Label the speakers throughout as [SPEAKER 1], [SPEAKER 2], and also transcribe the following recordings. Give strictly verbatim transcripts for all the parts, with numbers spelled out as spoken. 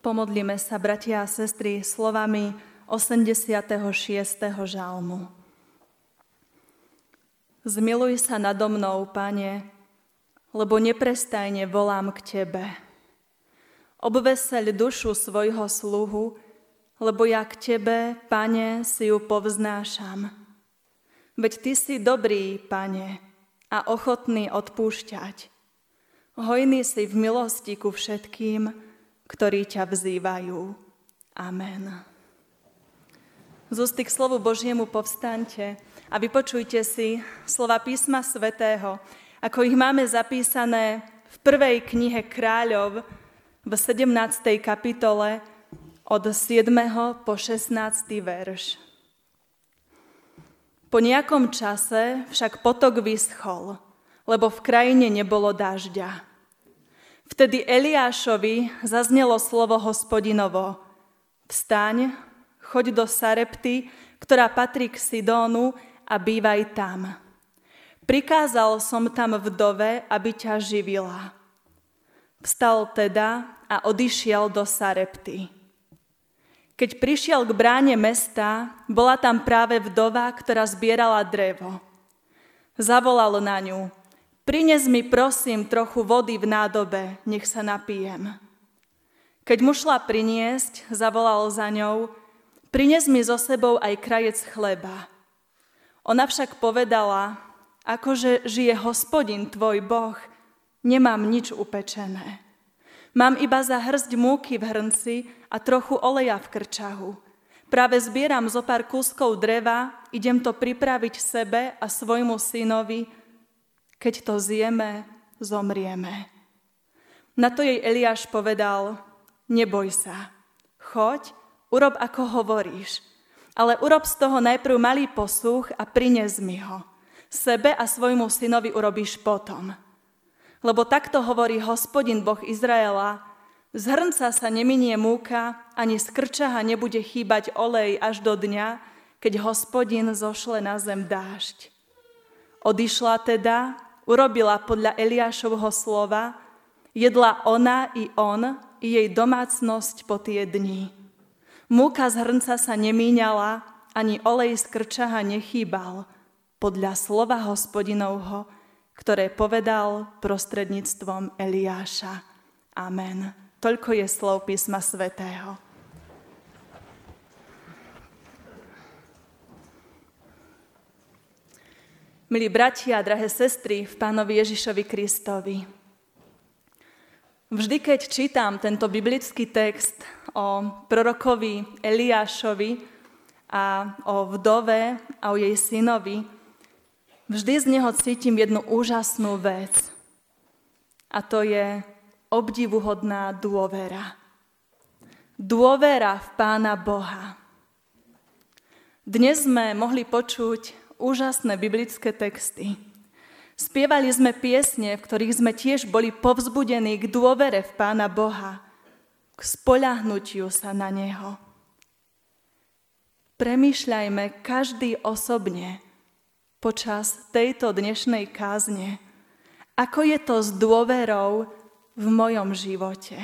[SPEAKER 1] Pomodlíme sa, bratia a sestry, slovami osemdesiateho šiesteho žalmu. Zmiluj sa nado mnou, Pane, lebo neprestajne volám k Tebe. Obveseľ dušu svojho sluhu, lebo ja k Tebe, Pane, si ju povznášam. Veď Ty si dobrý, Pane, a ochotný odpúšťať. Hojný si v milosti ku všetkým, ktorí ťa vzývajú. Amen. Z ústy k slovu Božiemu povstaňte a vypočujte si slova písma svätého, ako ich máme zapísané v prvej knihe Kráľov v sedemnástej kapitole od siedmeho po šestnásty verš. Po nejakom čase však potok vyschol, lebo v krajine nebolo dažďa. Vtedy Eliášovi zaznelo slovo Hospodinovo: Vstaň, choď do Sarepty, ktorá patrí k Sidónu, a bývaj tam. Prikázal som tam vdove, aby ťa živila. Vstal teda a odišiel do Sarepty. Keď prišiel k bráne mesta, bola tam práve vdova, ktorá zbierala drevo. Zavolal na ňu: Prines mi, prosím, trochu vody v nádobe, nech sa napijem. Keď mu šla priniesť, zavolal za ňou: Prines mi so sebou aj krajec chleba. Ona však povedala: Akože žije Hospodin tvoj Boh, nemám nič upečené. Mám iba za hrst múky v hrnci a trochu oleja v krčahu. Práve zbieram zo pár kúskov dreva, idem to pripraviť sebe a svojmu synovi. Keď to zjeme, zomrieme. Na to jej Eliáš povedal: Neboj sa, choď, urob ako hovoríš, ale urob z toho najprv malý posuch a prines mi ho. Sebe a svojmu synovi urobíš potom. Lebo takto hovorí Hospodin Boh Izraela: Z hrnca sa neminie múka, ani z krčaha nebude chýbať olej až do dňa, keď Hospodin zošle na zem dážď. Odišla teda, urobila podľa Eliášovho slova, jedla ona i on, i jej domácnosť po tie dni. Múka z hrnca sa nemíňala, ani olej z krčaha nechýbal, podľa slova Hospodinovho, ktoré povedal prostredníctvom Eliáša. Amen. Toľko je slov písma svätého. Milí bratia a drahé sestry v Pánovi Ježišovi Kristovi, vždy, keď čítam tento biblický text o prorokovi Eliášovi a o vdove a o jej synovi, vždy z neho cítim jednu úžasnú vec. A to je obdivuhodná dôvera. Dôvera v Pána Boha. Dnes sme mohli počuť úžasné biblické texty. Spievali sme piesne, v ktorých sme tiež boli povzbudení k dôvere v Pána Boha, k spoľahnutiu sa na Neho. Premýšľajme každý osobne počas tejto dnešnej kázne, ako je to s dôverou v mojom živote.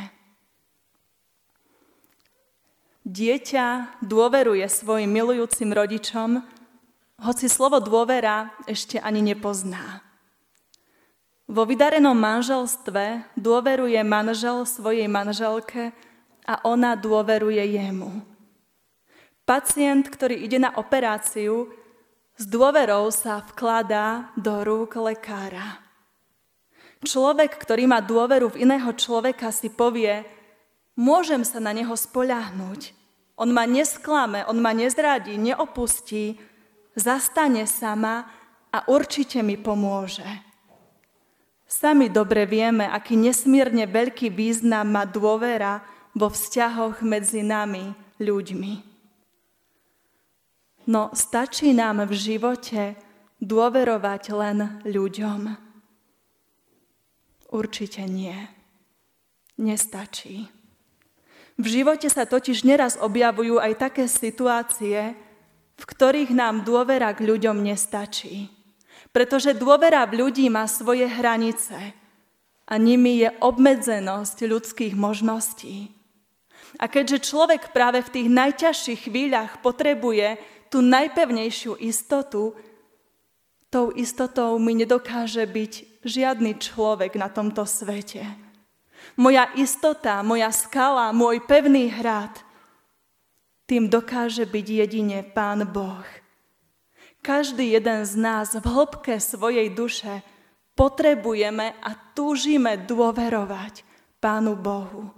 [SPEAKER 1] Dieťa dôveruje svojim milujúcim rodičom, hoci slovo dôvera ešte ani nepozná. Vo vydarenom manželstve dôveruje manžel svojej manželke a ona dôveruje jemu. Pacient, ktorý ide na operáciu, s dôverou sa vkladá do rúk lekára. Človek, ktorý má dôveru v iného človeka, si povie: môžem sa na neho spoľahnúť. On ma nesklame, on ma nezradí, neopustí, zastane sa ma a určite mi pomôže. Sami dobre vieme, aký nesmierne veľký význam má dôvera vo vzťahoch medzi nami, ľuďmi. No stačí nám v živote dôverovať len ľuďom? Určite nie. Nestačí. V živote sa totiž neraz objavujú aj také situácie, v ktorých nám dôvera k ľuďom nestačí. Pretože dôvera v ľudí má svoje hranice a nimi je obmedzenosť ľudských možností. A keďže človek práve v tých najťažších chvíľach potrebuje tú najpevnejšiu istotu, tou istotou mi nedokáže byť žiadny človek na tomto svete. Moja istota, moja skala, môj pevný hrad, tým dokáže byť jedine Pán Boh. Každý jeden z nás v hĺbke svojej duše potrebujeme a túžime dôverovať Pánu Bohu.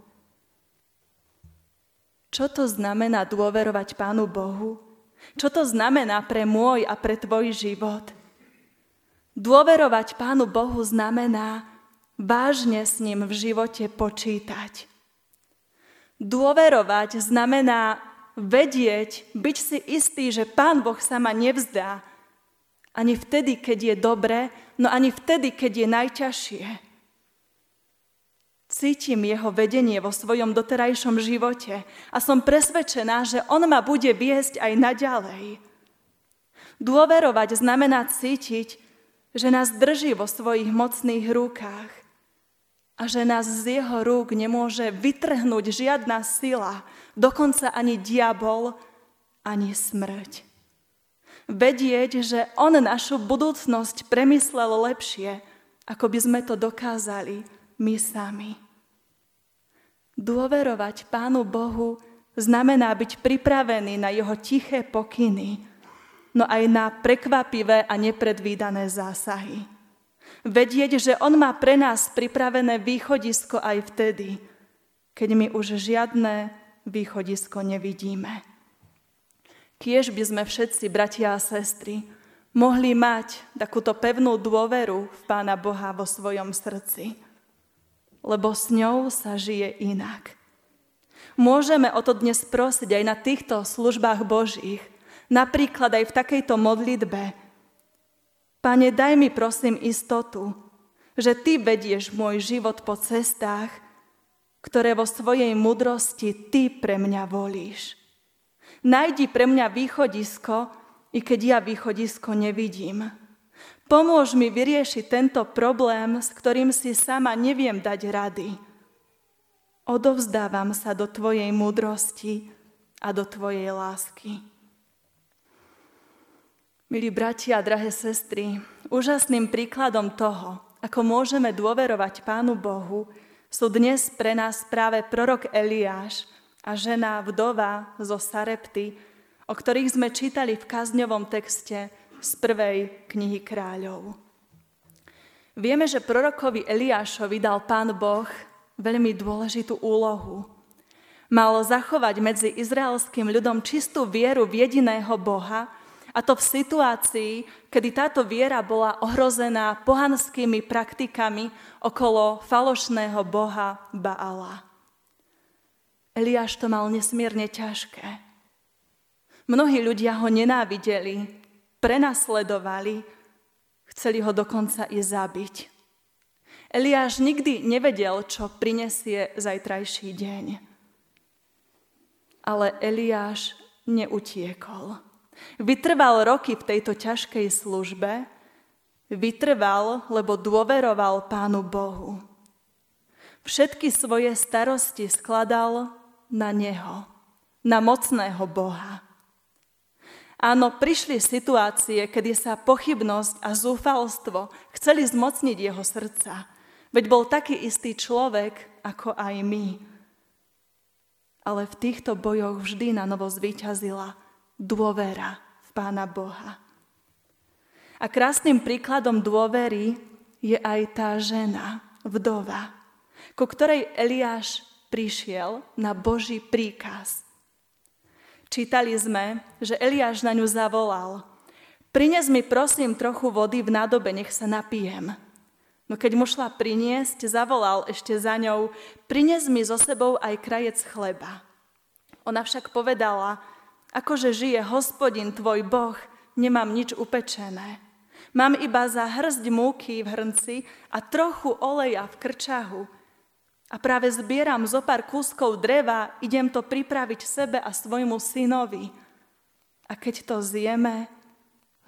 [SPEAKER 1] Čo to znamená dôverovať Pánu Bohu? Čo to znamená pre môj a pre tvoj život? Dôverovať Pánu Bohu znamená vážne s ním v živote počítať. Dôverovať znamená vedieť, byť si istý, že Pán Boh sa ma nevzdá. Ani vtedy, keď je dobre, no ani vtedy, keď je najťažšie. Cítim jeho vedenie vo svojom doterajšom živote a som presvedčená, že on ma bude viesť aj naďalej. Dôverovať znamená cítiť, že nás drží vo svojich mocných rukách a že nás z jeho rúk nemôže vytrhnúť žiadna sila, dokonca ani diabol, ani smrť. Vedieť, že on našu budúcnosť premyslel lepšie, ako by sme to dokázali my sami. Dôverovať Pánu Bohu znamená byť pripravený na jeho tiché pokyny, no aj na prekvapivé a nepredvídané zásahy. Vedieť, že on má pre nás pripravené východisko aj vtedy, keď my už žiadne východisko nevidíme. Kiež by sme všetci, bratia a sestry, mohli mať takúto pevnú dôveru v Pána Boha vo svojom srdci, lebo s ňou sa žije inak. Môžeme o to dnes prosiť aj na týchto službách Božích, napríklad aj v takejto modlitbe. Pane, daj mi prosím istotu, že Ty vedieš môj život po cestách, ktoré vo svojej múdrosti Ty pre mňa volíš. Najdi pre mňa východisko, i keď ja východisko nevidím. Pomôž mi vyriešiť tento problém, s ktorým si sama neviem dať rady. Odovzdávam sa do Tvojej múdrosti a do Tvojej lásky. Milí bratia a drahé sestry, úžasným príkladom toho, ako môžeme dôverovať Pánu Bohu, sú dnes pre nás práve prorok Eliáš a žena vdova zo Sarepty, o ktorých sme čítali v kázňovom texte z prvej knihy Kráľov. Vieme, že prorokovi Eliášovi dal Pán Boh veľmi dôležitú úlohu. Mal zachovať medzi izraelským ľudom čistú vieru v jediného Boha, a to v situácii, kedy táto viera bola ohrozená pohanskými praktikami okolo falošného boha Baala. Eliáš to mal nesmierne ťažké. Mnohí ľudia ho nenávideli, prenasledovali, chceli ho dokonca i zabiť. Eliáš nikdy nevedel, čo prinesie zajtrajší deň. Ale Eliáš neutiekol. Vytrval roky v tejto ťažkej službe, vytrval, lebo dôveroval Pánu Bohu. Všetky svoje starosti skladal na Neho, na mocného Boha. Áno, prišli situácie, kedy sa pochybnosť a zúfalstvo chceli zmocniť jeho srdca, veď bol taký istý človek, ako aj my. Ale v týchto bojoch vždy na novo zvíťazila dôvera v Pána Boha. A krásnym príkladom dôvery je aj tá žena, vdova, ku ktorej Eliáš prišiel na Boží príkaz. Čítali sme, že Eliáš na ňu zavolal: prines mi prosím trochu vody v nádobe, nech sa napijem. No keď mu šla priniesť, zavolal ešte za ňou: prines mi so sebou aj krajec chleba. Ona však povedala: akože žije Hospodin tvoj Boh, nemám nič upečené. Mám iba za hŕsť múky v hrnci a trochu oleja v krčahu. A práve zbieram zo pár kúskov dreva, idem to pripraviť sebe a svojmu synovi. A keď to zjeme,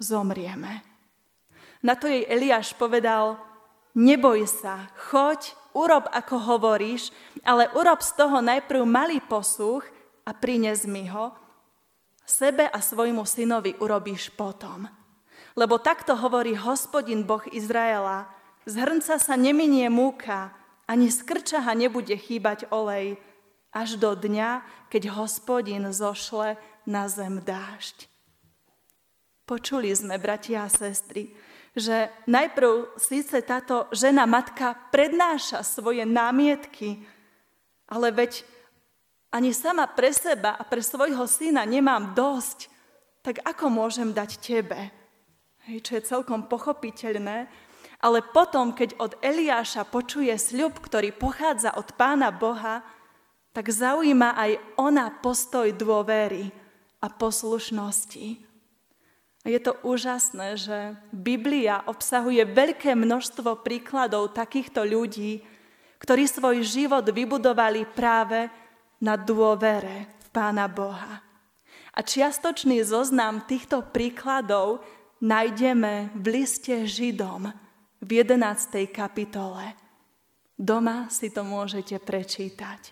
[SPEAKER 1] zomrieme. Na to jej Eliáš povedal: neboj sa, choď, urob, ako hovoríš, ale urob z toho najprv malý posúch a prines mi ho, sebe a svojmu synovi urobíš potom. Lebo takto hovorí Hospodin Boh Izraela, z hrnca sa neminie múka, ani z krčaha nebude chýbať olej, až do dňa, keď Hospodin zošle na zem dážď. Počuli sme, bratia a sestry, že najprv síce táto žena matka prednáša svoje námietky, ale veď ani sama pre seba a pre svojho syna nemám dosť, tak ako môžem dať tebe? Hej, čo je celkom pochopiteľné, ale potom, keď od Eliáša počuje sľub, ktorý pochádza od Pána Boha, tak zaujíma aj ona postoj dôvery a poslušnosti. A je to úžasné, že Biblia obsahuje veľké množstvo príkladov takýchto ľudí, ktorí svoj život vybudovali práve na dôvere v Pána Boha. A čiastočný zoznam týchto príkladov nájdeme v liste Židom v jedenástej kapitole. Doma si to môžete prečítať.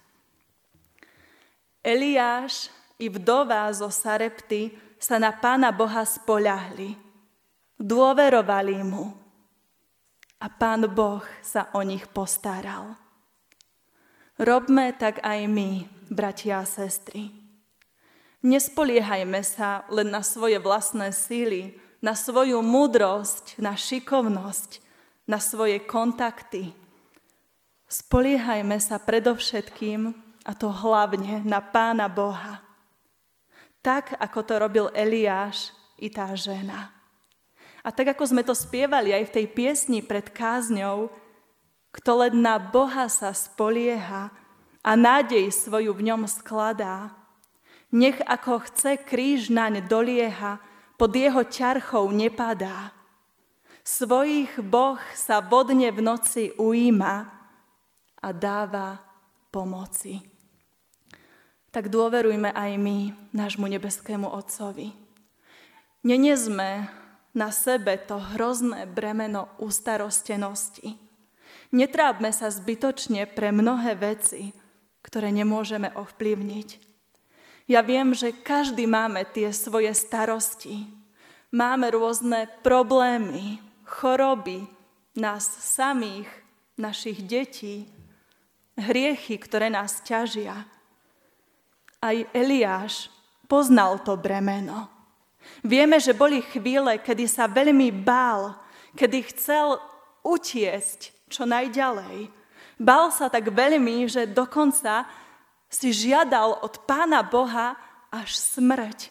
[SPEAKER 1] Eliáš i vdova zo Sarepty sa na Pána Boha spoľahli. Dôverovali mu. A Pán Boh sa o nich postaral. Robme tak aj my, bratia a sestry. Nespoliehajme sa len na svoje vlastné síly, na svoju múdrosť, na šikovnosť, na svoje kontakty. Spoliehajme sa predovšetkým, a to hlavne, na Pána Boha. Tak, ako to robil Eliáš i tá žena. A tak, ako sme to spievali aj v tej piesni pred kázňou, kto len na Boha sa spolieha a nádej svoju v ňom skladá, nech ako chce kríž naň dolieha, pod jeho ťarchou nepadá. Svojich Boh sa vodne v noci ujíma a dáva pomoci. Tak dôverujme aj my nášmu nebeskému Otcovi. Nenesme na sebe to hrozné bremeno ustarostenosti. Netrápme sa zbytočne pre mnohé veci, ktoré nemôžeme ovplyvniť. Ja viem, že každý máme tie svoje starosti. Máme rôzne problémy, choroby, nás samých, našich detí, hriechy, ktoré nás ťažia. Aj Eliáš poznal to bremeno. Vieme, že boli chvíle, kedy sa veľmi bál, kedy chcel utiesť čo najďalej. Bál sa tak veľmi, že dokonca si žiadal od Pána Boha až smrť.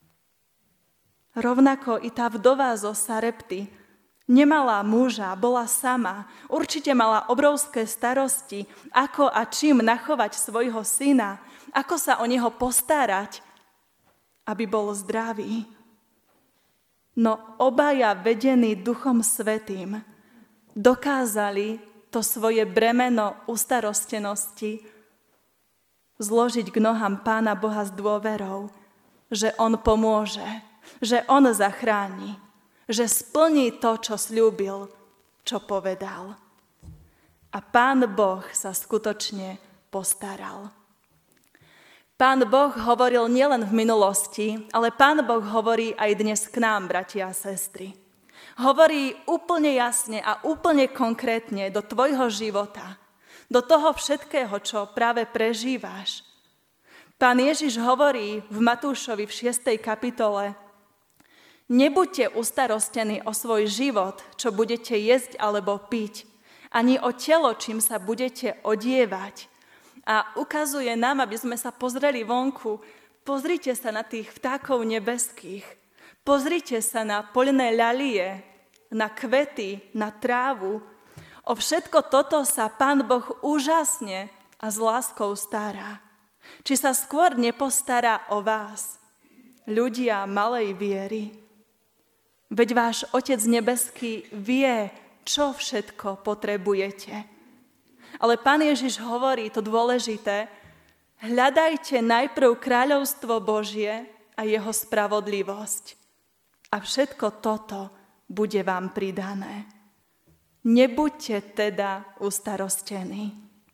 [SPEAKER 1] Rovnako i tá vdova zo Sarepty nemala muža, bola sama. Určite mala obrovské starosti, ako a čím nachovať svojho syna, ako sa o neho postarať, aby bol zdravý. No obaja vedení Duchom Svätým dokázali to svoje bremeno ustarostenosti zložiť k nohám Pána Boha s dôverou, že on pomôže, že on zachráni, že splní to, čo sľúbil, čo povedal. A Pán Boh sa skutočne postaral. Pán Boh hovoril nielen v minulosti, ale Pán Boh hovorí aj dnes k nám, bratia a sestry. Hovorí úplne jasne a úplne konkrétne do tvojho života, do toho všetkého, čo práve prežívaš. Pán Ježiš hovorí v Matúšovi v šiestej kapitole: Nebuďte ustarostení o svoj život, čo budete jesť alebo piť, ani o telo, čím sa budete odievať. A ukazuje nám, aby sme sa pozreli vonku, pozrite sa na tých vtákov nebeských, pozrite sa na poľné ľalie, na kvety, na trávu. O všetko toto sa Pán Boh úžasne a s láskou stará. Či sa skôr nepostará o vás, ľudia malej viery? Veď váš Otec nebeský vie, čo všetko potrebujete. Ale Pán Ježiš hovorí to dôležité: hľadajte najprv kráľovstvo Božie a jeho spravodlivosť. A všetko toto bude vám pridané. Nebuďte teda ustarostení.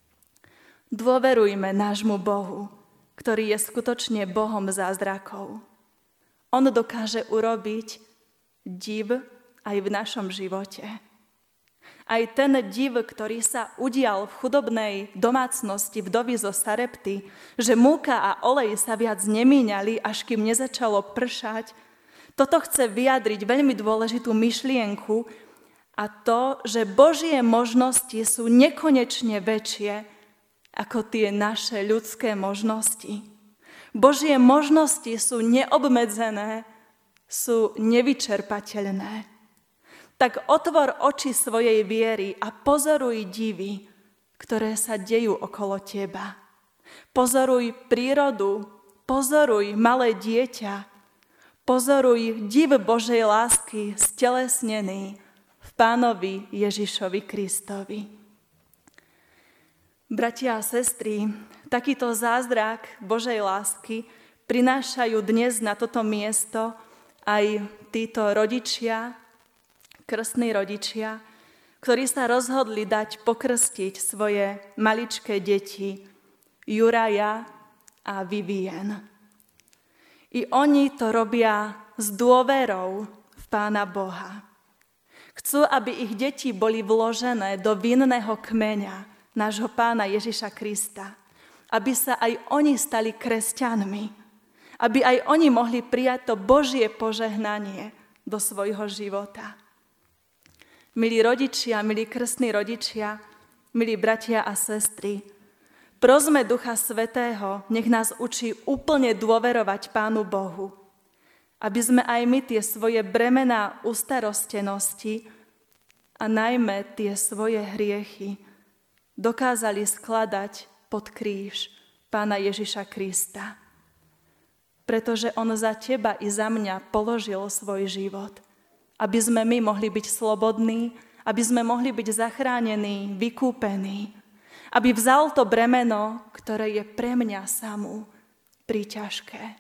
[SPEAKER 1] Dôverujme nášmu Bohu, ktorý je skutočne Bohom zázrakov. On dokáže urobiť div aj v našom živote. Aj ten div, ktorý sa udial v chudobnej domácnosti vdovy zo Sarepty, že múka a olej sa viac nemíňali, až kým nezačalo pršať, toto chce vyjadriť veľmi dôležitú myšlienku a to, že Božie možnosti sú nekonečne väčšie ako tie naše ľudské možnosti. Božie možnosti sú neobmedzené, sú nevyčerpateľné. Tak otvor oči svojej viery a pozoruj divy, ktoré sa dejú okolo teba. Pozoruj prírodu, pozoruj malé dieťa, pozoruj div Božej lásky stelesnený v Pánovi Ježišovi Kristovi. Bratia a sestry, takýto zázrak Božej lásky prinášajú dnes na toto miesto aj títo rodičia, krstní rodičia, ktorí sa rozhodli dať pokrstiť svoje maličké deti Juraja a Vivien. I oni to robia s dôverou v Pána Boha. Chcú, aby ich deti boli vložené do vinného kmeňa nášho Pána Ježiša Krista, aby sa aj oni stali kresťanmi, aby aj oni mohli prijať to Božie požehnanie do svojho života. Milí rodičia, milí krstní rodičia, milí bratia a sestry, prosme Ducha Svätého, nech nás učí úplne dôverovať Pánu Bohu, aby sme aj my tie svoje bremená ustarostenosti a najmä tie svoje hriechy dokázali skladať pod kríž Pána Ježiša Krista. Pretože on za teba i za mňa položil svoj život, aby sme my mohli byť slobodní, aby sme mohli byť zachránení, vykúpení, aby vzal to bremeno, ktoré je pre mňa samú príťažké.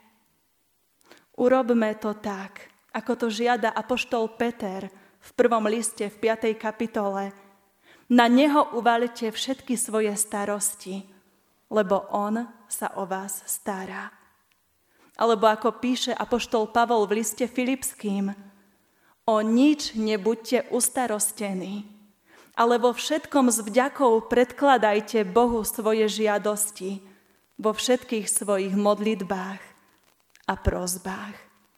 [SPEAKER 1] Urobme to tak, ako to žiada apoštol Peter v prvom liste v piatej kapitole. Na neho uvalte všetky svoje starosti, lebo on sa o vás stará. Alebo ako píše apoštol Pavol v liste Filipským, o nič nebuďte ustarostení, ale vo všetkom s vďakou predkladajte Bohu svoje žiadosti, vo všetkých svojich modlitbách a prosbách.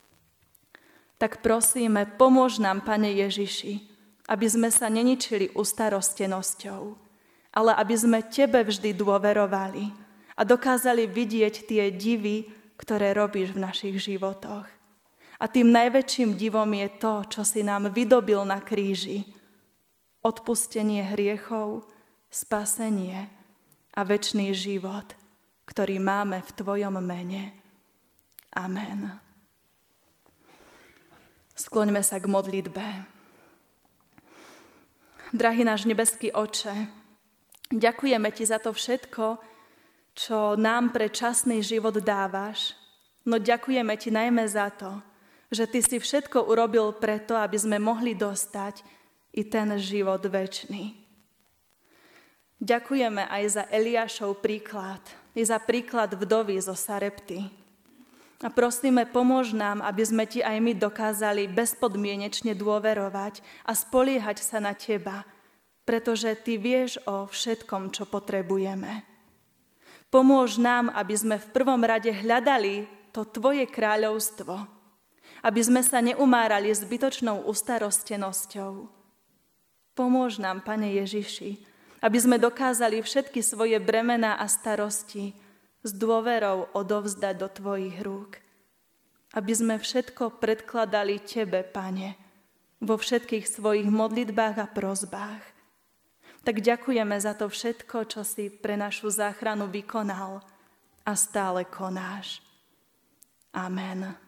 [SPEAKER 1] Tak prosíme, pomôž nám, Pane Ježiši, aby sme sa neničili ustarostenosťou, ale aby sme Tebe vždy dôverovali a dokázali vidieť tie divy, ktoré robíš v našich životoch. A tým najväčším divom je to, čo si nám vydobil na kríži. Odpustenie hriechov, spasenie a večný život, ktorý máme v Tvojom mene. Amen. Skloňme sa k modlitbe. Drahý náš nebeský Oče, ďakujeme Ti za to všetko, čo nám pre časný život dávaš, no ďakujeme Ti najmä za to, že Ty si všetko urobil preto, aby sme mohli dostať i ten život večný. Ďakujeme aj za Eliášov príklad, i za príklad vdovy zo Sarepty. A prosíme, pomôž nám, aby sme Ti aj my dokázali bezpodmienečne dôverovať a spoliehať sa na Teba, pretože Ty vieš o všetkom, čo potrebujeme. Pomôž nám, aby sme v prvom rade hľadali to Tvoje kráľovstvo, aby sme sa neumárali zbytočnou ustarostenosťou. Pomôž nám, Pane Ježiši, aby sme dokázali všetky svoje bremená a starosti s dôverou odovzdať do Tvojich rúk. Aby sme všetko predkladali Tebe, Pane, vo všetkých svojich modlitbách a prosbách. Tak ďakujeme za to všetko, čo si pre našu záchranu vykonal a stále konáš. Amen.